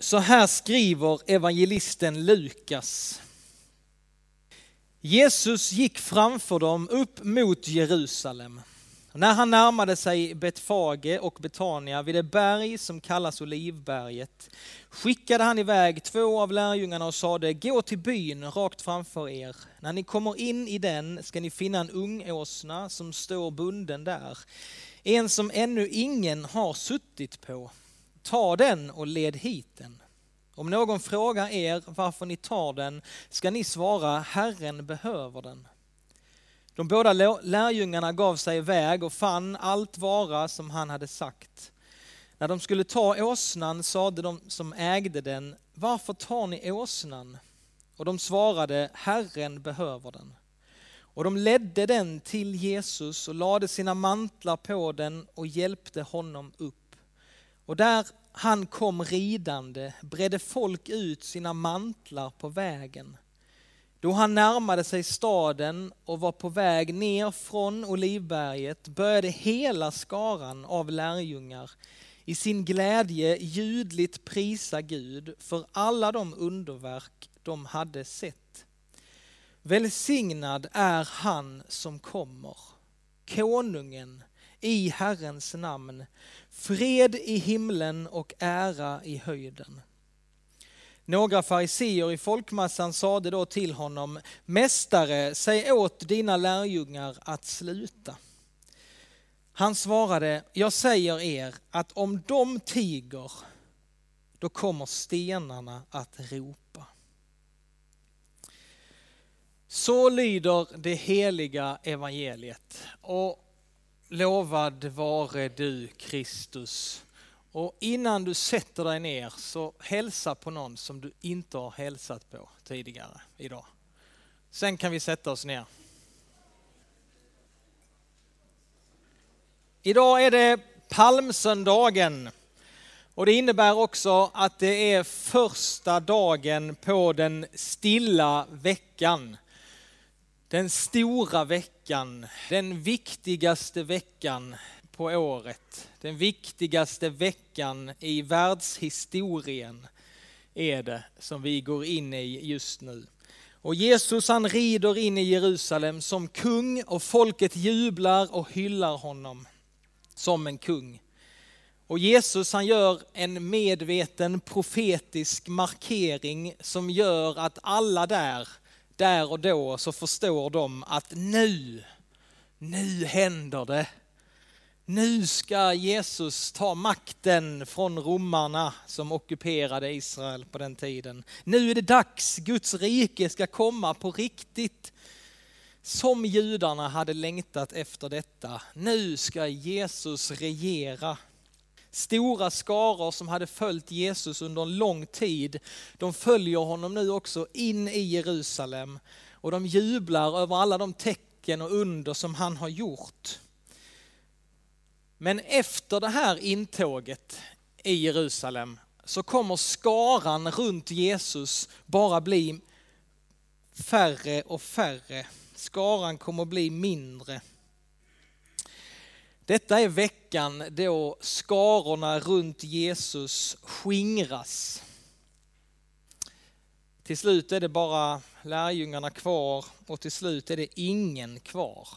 Så här skriver evangelisten Lukas. Jesus gick framför dem upp mot Jerusalem. När han närmade sig Betfage och Betania vid det berg som kallas Olivberget skickade han iväg 2 av lärjungarna och sade: gå till byn rakt framför er. När ni kommer in i den ska ni finna en ung åsna som står bunden där. En som ännu ingen har suttit på. Ta den och led hit den. Om någon frågar er varför ni tar den ska ni svara: Herren behöver den. De båda lärjungarna gav sig iväg och fann allt vara som han hade sagt. När de skulle ta åsnan sade de som ägde den: varför tar ni åsnan? Och de svarade: Herren behöver den. Och de ledde den till Jesus och lade sina mantlar på den och hjälpte honom upp. Och där han kom ridande bredde folk ut sina mantlar på vägen. Då han närmade sig staden och var på väg ner från Olivberget började hela skaran av lärjungar i sin glädje ljudligt prisa Gud för alla de underverk de hade sett. Välsignad är han som kommer, konungen i Herrens namn, fred i himlen och ära i höjden. Några fariseer i folkmassan sade då till honom: mästare, säg åt dina lärjungar att sluta. Han svarade: jag säger er att om de tiger, då kommer stenarna att ropa. Så lyder det heliga evangeliet. Och lovad vare du, Kristus. Och innan du sätter dig ner så hälsa på någon som du inte har hälsat på tidigare idag. Sen kan vi sätta oss ner. Idag är det palmsöndagen och det innebär också att det är första dagen på den stilla veckan. Den stora veckan, den viktigaste veckan på året. Den viktigaste veckan i världshistorien är det som vi går in i just nu. Och Jesus han rider in i Jerusalem som kung och folket jublar och hyllar honom som en kung. Och Jesus han gör en medveten profetisk markering som gör att alla där och då så förstår de att nu händer det. Nu ska Jesus ta makten från romarna som ockuperade Israel på den tiden. Nu är det dags, Guds rike ska komma på riktigt. Som judarna hade längtat efter detta. Nu ska Jesus regera. Stora skaror som hade följt Jesus under en lång tid, de följer honom nu också in i Jerusalem. Och de jublar över alla de tecken och under som han har gjort. Men efter det här intåget i Jerusalem så kommer skaran runt Jesus bara bli färre och färre. Skaran kommer bli mindre. Detta är veckan då skarorna runt Jesus skingras. Till slut är det bara lärjungarna kvar och till slut är det ingen kvar.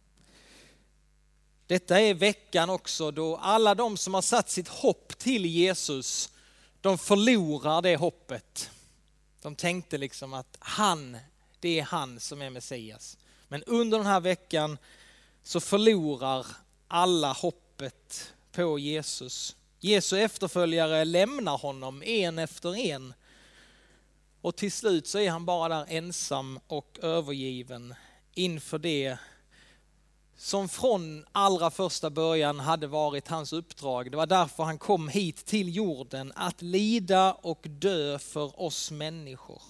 Detta är veckan också då alla de som har satt sitt hopp till Jesus, de förlorar det hoppet. De tänkte liksom att det är han som är Messias. Men under den här veckan så förlorar alla hoppet på Jesus. Jesu efterföljare lämnar honom en efter en. Och till slut så är han bara där ensam och övergiven inför det som från allra första början hade varit hans uppdrag. Det var därför han kom hit till jorden, att lida och dö för oss människor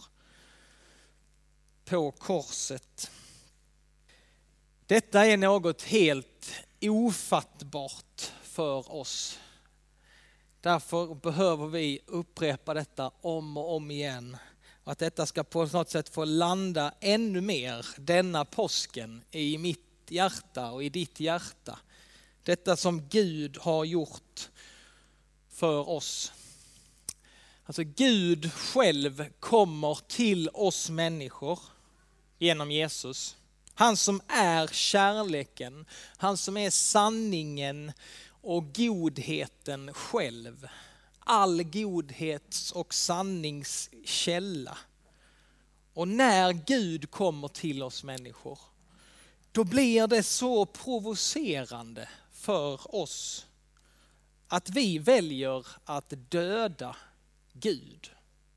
på korset. Detta är något helt ofattbart för oss. Därför behöver vi upprepa detta om och om igen. Och att detta ska på något sätt få landa ännu mer denna påsken i mitt hjärta och i ditt hjärta. Detta som Gud har gjort för oss. Alltså Gud själv kommer till oss människor genom Jesus. Han som är kärleken, han som är sanningen och godheten själv. All godhets- och sanningskälla. Och när Gud kommer till oss människor, då blir det så provocerande för oss att vi väljer att döda Gud.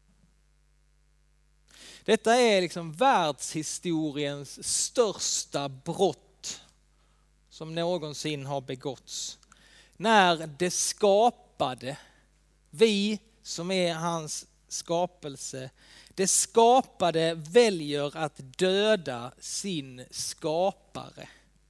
Detta är liksom världshistoriens största brott som någonsin har begåtts. När det skapade, vi som är hans skapelse, det skapade väljer att döda sin skapare.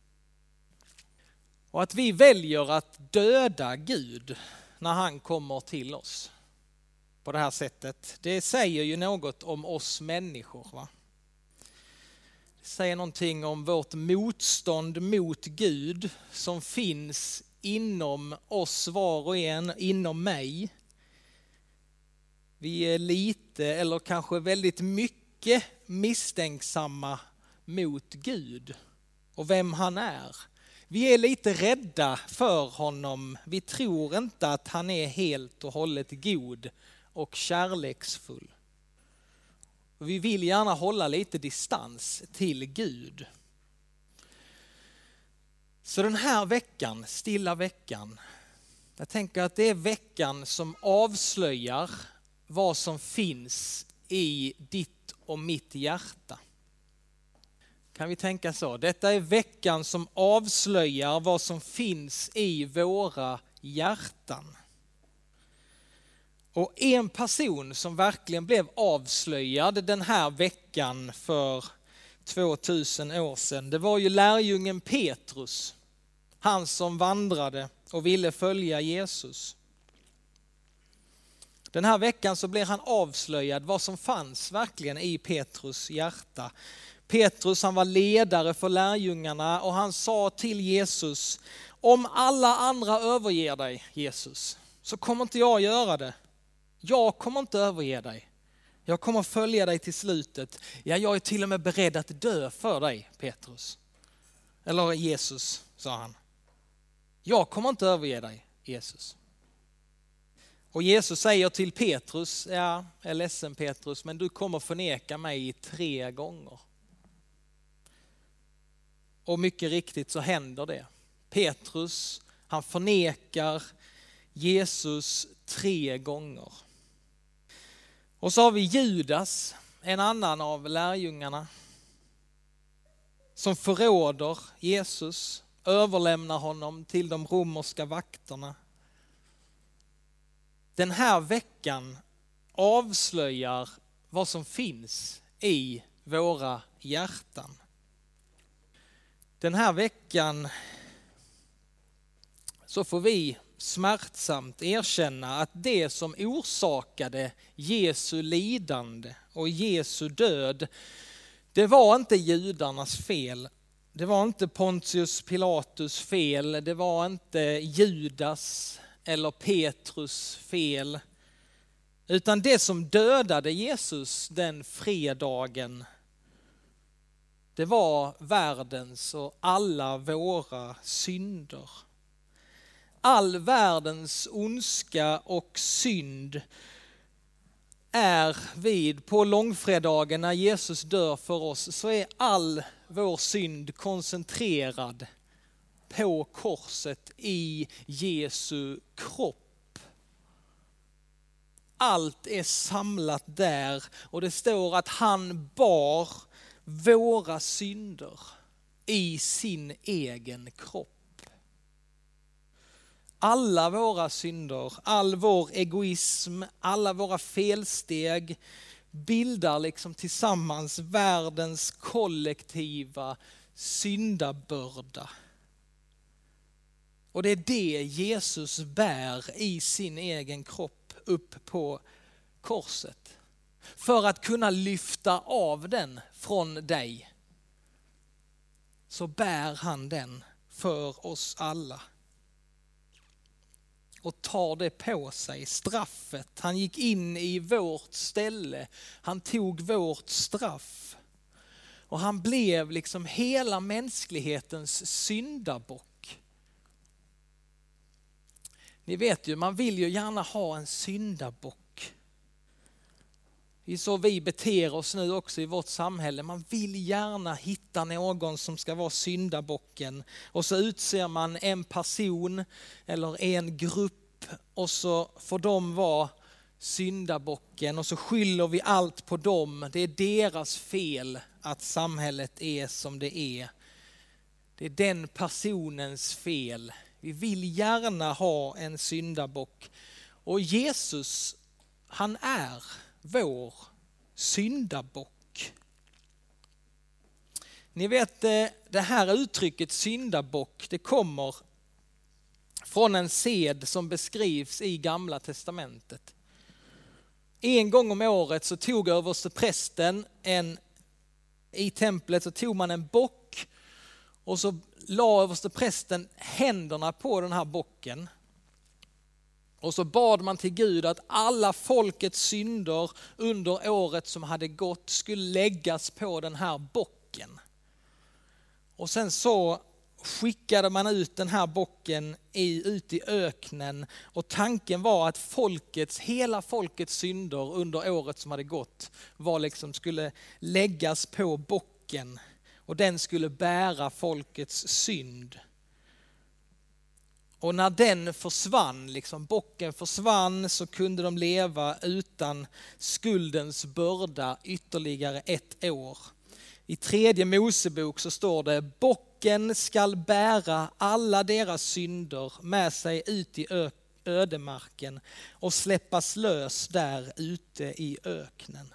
Och att vi väljer att döda Gud när han kommer till oss på det här sättet, det säger ju något om oss människor, va? Det säger någonting om vårt motstånd mot Gud som finns inom oss var och en, inom mig. Vi är lite eller kanske väldigt mycket misstänksamma mot Gud och vem han är. Vi är lite rädda för honom. Vi tror inte att han är helt och hållet god och kärleksfull. Vi vill gärna hålla lite distans till Gud. Så den här veckan, stilla veckan, jag tänker att det är veckan som avslöjar vad som finns i ditt och mitt hjärta. Kan vi tänka så? Detta är veckan som avslöjar vad som finns i våra hjärtan. Och en person som verkligen blev avslöjad den här veckan för 2000 år sedan, det var ju lärjungen Petrus. Han som vandrade och ville följa Jesus. Den här veckan så blev han avslöjad vad som fanns verkligen i Petrus hjärta. Petrus, han var ledare för lärjungarna och han sa till Jesus: om alla andra överger dig, Jesus, så kommer inte jag göra det. Jag kommer inte överge dig. Jag kommer följa dig till slutet. Ja, jag är till och med beredd att dö för dig, Petrus. Eller Jesus, sa han. Jag kommer inte överge dig, Jesus. Och Jesus säger till Petrus: ja, jag är ledsen Petrus, men du kommer förneka mig 3 gånger. Och mycket riktigt så händer det. Petrus, han förnekar Jesus 3 gånger. Och så har vi Judas, en annan av lärjungarna, som förråder Jesus, överlämnar honom till de romerska vakterna. Den här veckan avslöjar vad som finns i våra hjärtan. Den här veckan så får vi smärtsamt erkänna att det som orsakade Jesu lidande och Jesu död, det var inte judarnas fel. Det var inte Pontius Pilatus fel, det var inte Judas eller Petrus fel. Utan det som dödade Jesus den fredagen, det var världens och alla våra synder. All världens ondska och synd är på långfredagen när Jesus dör för oss, så är all vår synd koncentrerad på korset i Jesu kropp. Allt är samlat där och det står att han bar våra synder i sin egen kropp. Alla våra synder, all vår egoism, alla våra felsteg bildar liksom tillsammans världens kollektiva syndabörda. Och det är det Jesus bär i sin egen kropp upp på korset. För att kunna lyfta av den från dig, så bär han den för oss alla. och tar det på sig, straffet. Han gick in i vårt ställe, han tog vårt straff. Och han blev liksom hela mänsklighetens syndabock. Ni vet ju, man vill ju gärna ha en syndabock. Det är så vi beter oss nu också i vårt samhälle. Man vill gärna hitta någon som ska vara syndabocken. Och så utser man en person eller en grupp och så får de vara syndabocken. Och så skyller vi allt på dem. Det är deras fel att samhället är som det är. Det är den personens fel. Vi vill gärna ha en syndabock. Och Jesus, han är vår syndabock. Ni vet, det här uttrycket syndabock, det kommer från en sed som beskrivs i Gamla testamentet. En gång om året så tog översteprästen i templet, så tog man en bock och så la översteprästen händerna på den här bocken. Och så bad man till Gud att alla folkets synder under året som hade gått skulle läggas på den här bocken. Och sen så skickade man ut den här bocken ut i öknen. Och tanken var att hela folkets synder under året som hade gått skulle läggas på bocken. Och den skulle bära folkets synd. Och när den försvann, bocken försvann, så kunde de leva utan skuldens börda ytterligare 1 år. I 3:e Mosebok så står det: bocken skall bära alla deras synder med sig ut i ödemarken och släppas lös där ute i öknen.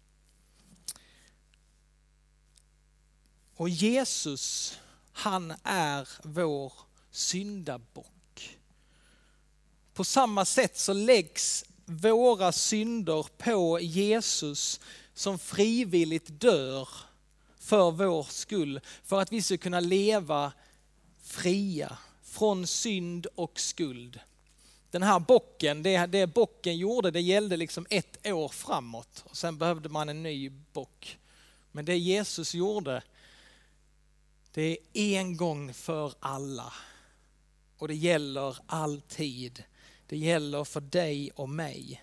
Och Jesus, han är vår syndabock. På samma sätt så läggs våra synder på Jesus som frivilligt dör för vår skull. För att vi ska kunna leva fria från synd och skuld. Den här bocken, det bocken gjorde, det gällde 1 år framåt. Och sen behövde man en ny bock. Men det Jesus gjorde, det är en gång för alla. Och det gäller alltid. Det gäller för dig och mig.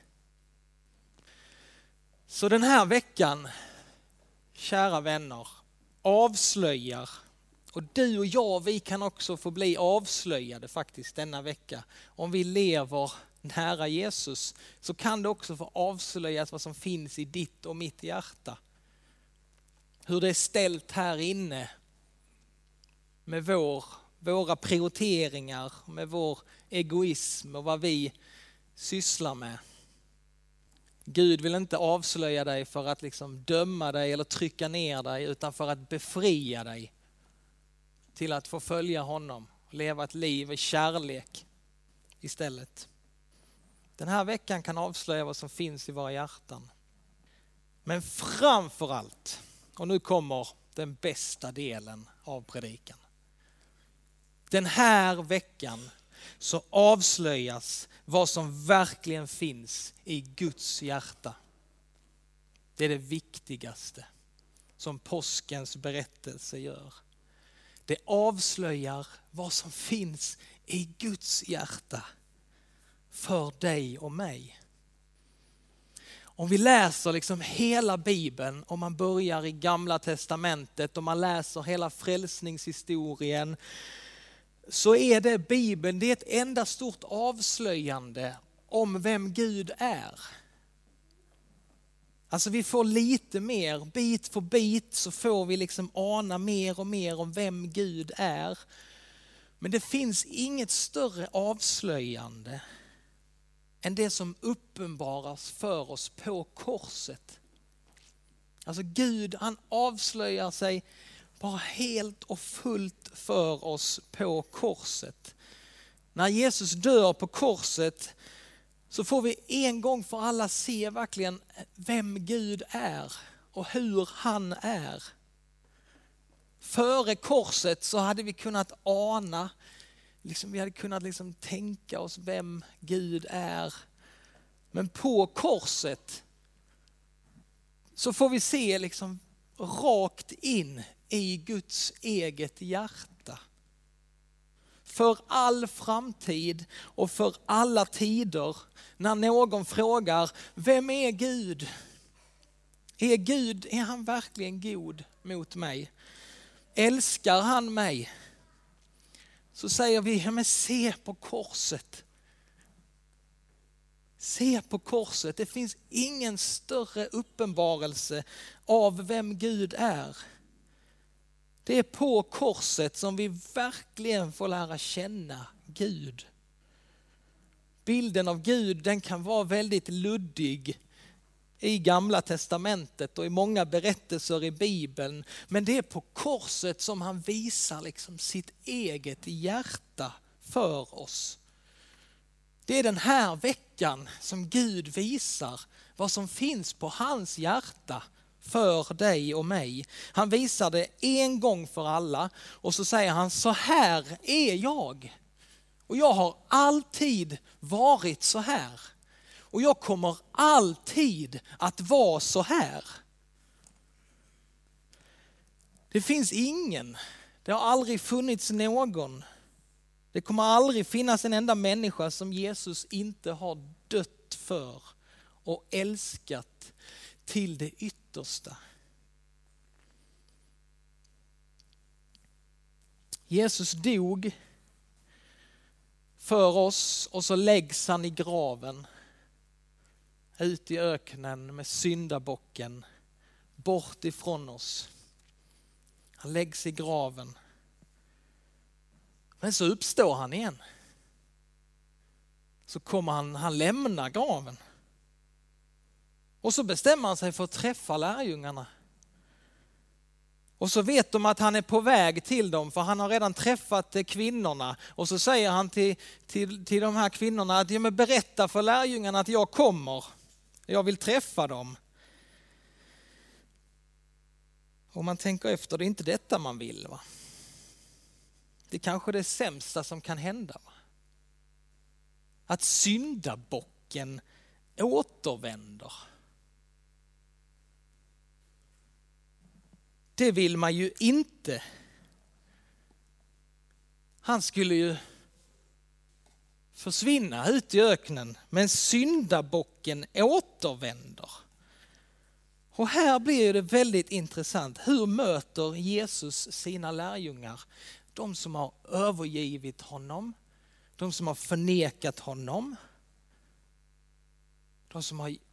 Så den här veckan, kära vänner, avslöjar. Och du och jag, vi kan också få bli avslöjade faktiskt denna vecka. Om vi lever nära Jesus så kan det också få avslöjas vad som finns i ditt och mitt hjärta. Hur det är ställt här inne med våra prioriteringar, med vår egoism och vad vi sysslar med. Gud vill inte avslöja dig för att döma dig eller trycka ner dig, utan för att befria dig till att få följa honom och leva ett liv i kärlek istället. Den här veckan kan avslöja vad som finns i våra hjärtan. Men framför allt, och nu kommer den bästa delen av predikan. Den här veckan så avslöjas vad som verkligen finns i Guds hjärta. Det är det viktigaste som påskens berättelse gör. Det avslöjar vad som finns i Guds hjärta för dig och mig. Om vi läser hela Bibeln, om man börjar i Gamla testamentet och man läser hela frälsningshistorien, så är det Bibeln, det är ett enda stort avslöjande om vem Gud är. Alltså vi får lite mer, bit för bit så får vi ana mer och mer om vem Gud är. Men det finns inget större avslöjande än det som uppenbaras för oss på korset. Alltså Gud, han avslöjar sig bara helt och fullt för oss på korset. När Jesus dör på korset så får vi en gång för alla se verkligen vem Gud är och hur han är. Före korset så hade vi kunnat ana vi hade kunnat tänka oss vem Gud är. Men på korset så får vi se rakt in i Guds eget hjärta. För all framtid och för alla tider, när någon frågar, vem är Gud? Är han verkligen god mot mig? Älskar han mig? Så säger vi, men se på korset. Se på korset. Det finns ingen större uppenbarelse av vem Gud är. Det är på korset som vi verkligen får lära känna Gud. Bilden av Gud, den kan vara väldigt luddig i Gamla testamentet och i många berättelser i Bibeln. Men det är på korset som han visar sitt eget hjärta för oss. Det är den här veckan som Gud visar vad som finns på hans hjärta för dig och mig. Han visar det en gång för alla och så säger han, så här är jag. Och jag har alltid varit så här. Och jag kommer alltid att vara så här. Det finns ingen, det har aldrig funnits någon. Det kommer aldrig finnas en enda människa som Jesus inte har dött för och älskat till det yttersta. Jesus dog för oss och så läggs han i graven. Ut i öknen med syndabocken, bort ifrån oss. Han läggs i graven. Men så uppstår han igen. Så kommer han lämnar graven. Och så bestämmer han sig för att träffa lärjungarna. Och så vet de att han är på väg till dem, för han har redan träffat kvinnorna. Och så säger han till de här kvinnorna att berätta för lärjungarna att jag kommer. Jag vill träffa dem. Och man tänker efter, det är inte detta man vill, va? Det är kanske det sämsta som kan hända, va? Att syndabocken återvänder. Det vill man ju inte. Han skulle ju försvinna ut i öknen, men syndabocken återvänder. Och här blir det väldigt intressant. Hur möter Jesus sina lärjungar? De som har övergivit honom, de som har förnekat honom, de som har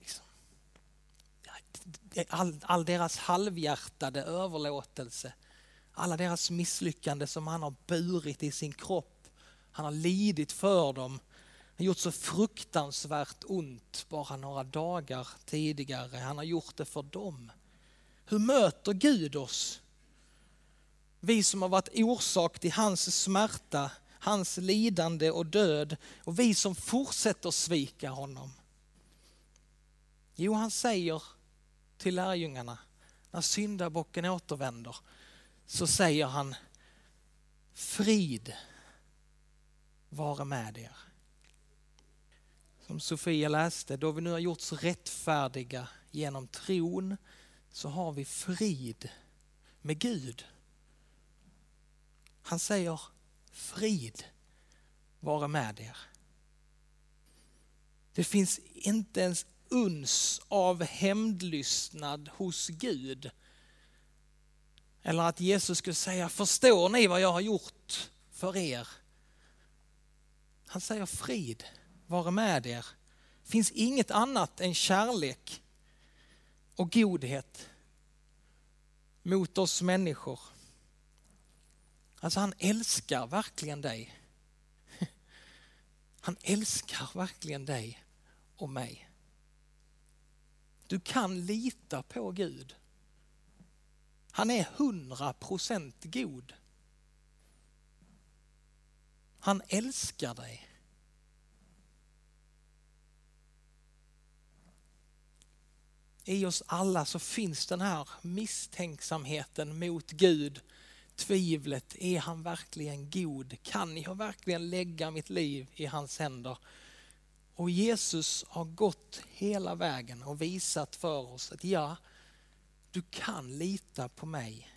all deras halvhjärtade överlåtelse, alla deras misslyckande som han har burit i sin kropp. Han har lidit för dem. Han har gjort så fruktansvärt ont bara några dagar tidigare. Han har gjort det för dem. Hur möter Gud oss? Vi som har varit orsak till hans smärta, hans lidande och död, och vi som fortsätter svika honom. Jo, han säger till lärjungarna, när syndabocken återvänder, så säger han, frid vare med er. Som Sofia läste, då vi nu har gjorts rättfärdiga genom tron, så har vi frid med Gud. Han säger, frid vare med er. Det finns inte ens uns av hämndlystnad hos Gud. Eller att Jesus skulle säga, förstår ni vad jag har gjort för er? Han säger, frid vare med er. Det finns inget annat än kärlek och godhet mot oss människor. Alltså han älskar verkligen dig. Han älskar verkligen dig och mig. Du kan lita på Gud. Han är 100% god. Han älskar dig. I oss alla så finns den här misstänksamheten mot Gud tvivlet, är han verkligen god? Kan jag verkligen lägga mitt liv i hans händer? Och Jesus har gått hela vägen och visat för oss att ja, du kan lita på mig.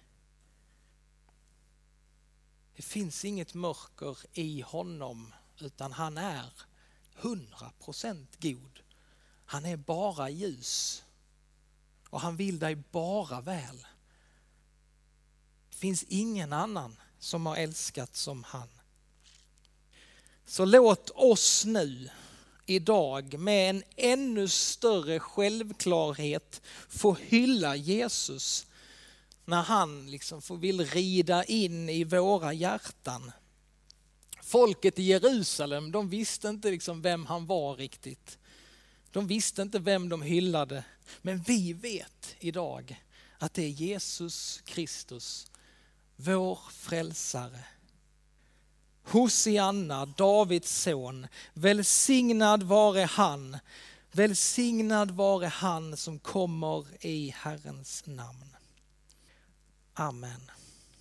Det finns inget mörker i honom, utan han är 100% god. Han är bara ljus. Och han vill dig bara väl. Det finns ingen annan som har älskat som han. Så låt oss nu idag med en ännu större självklarhet få hylla Jesus när han liksom vill rida in i våra hjärtan. Folket i Jerusalem, de visste inte liksom vem han var riktigt. De visste inte vem de hyllade. Men vi vet idag att det är Jesus Kristus, vår frälsare. Hosianna, Davids son, välsignad vare han. Välsignad vare han som kommer i Herrens namn. Amen.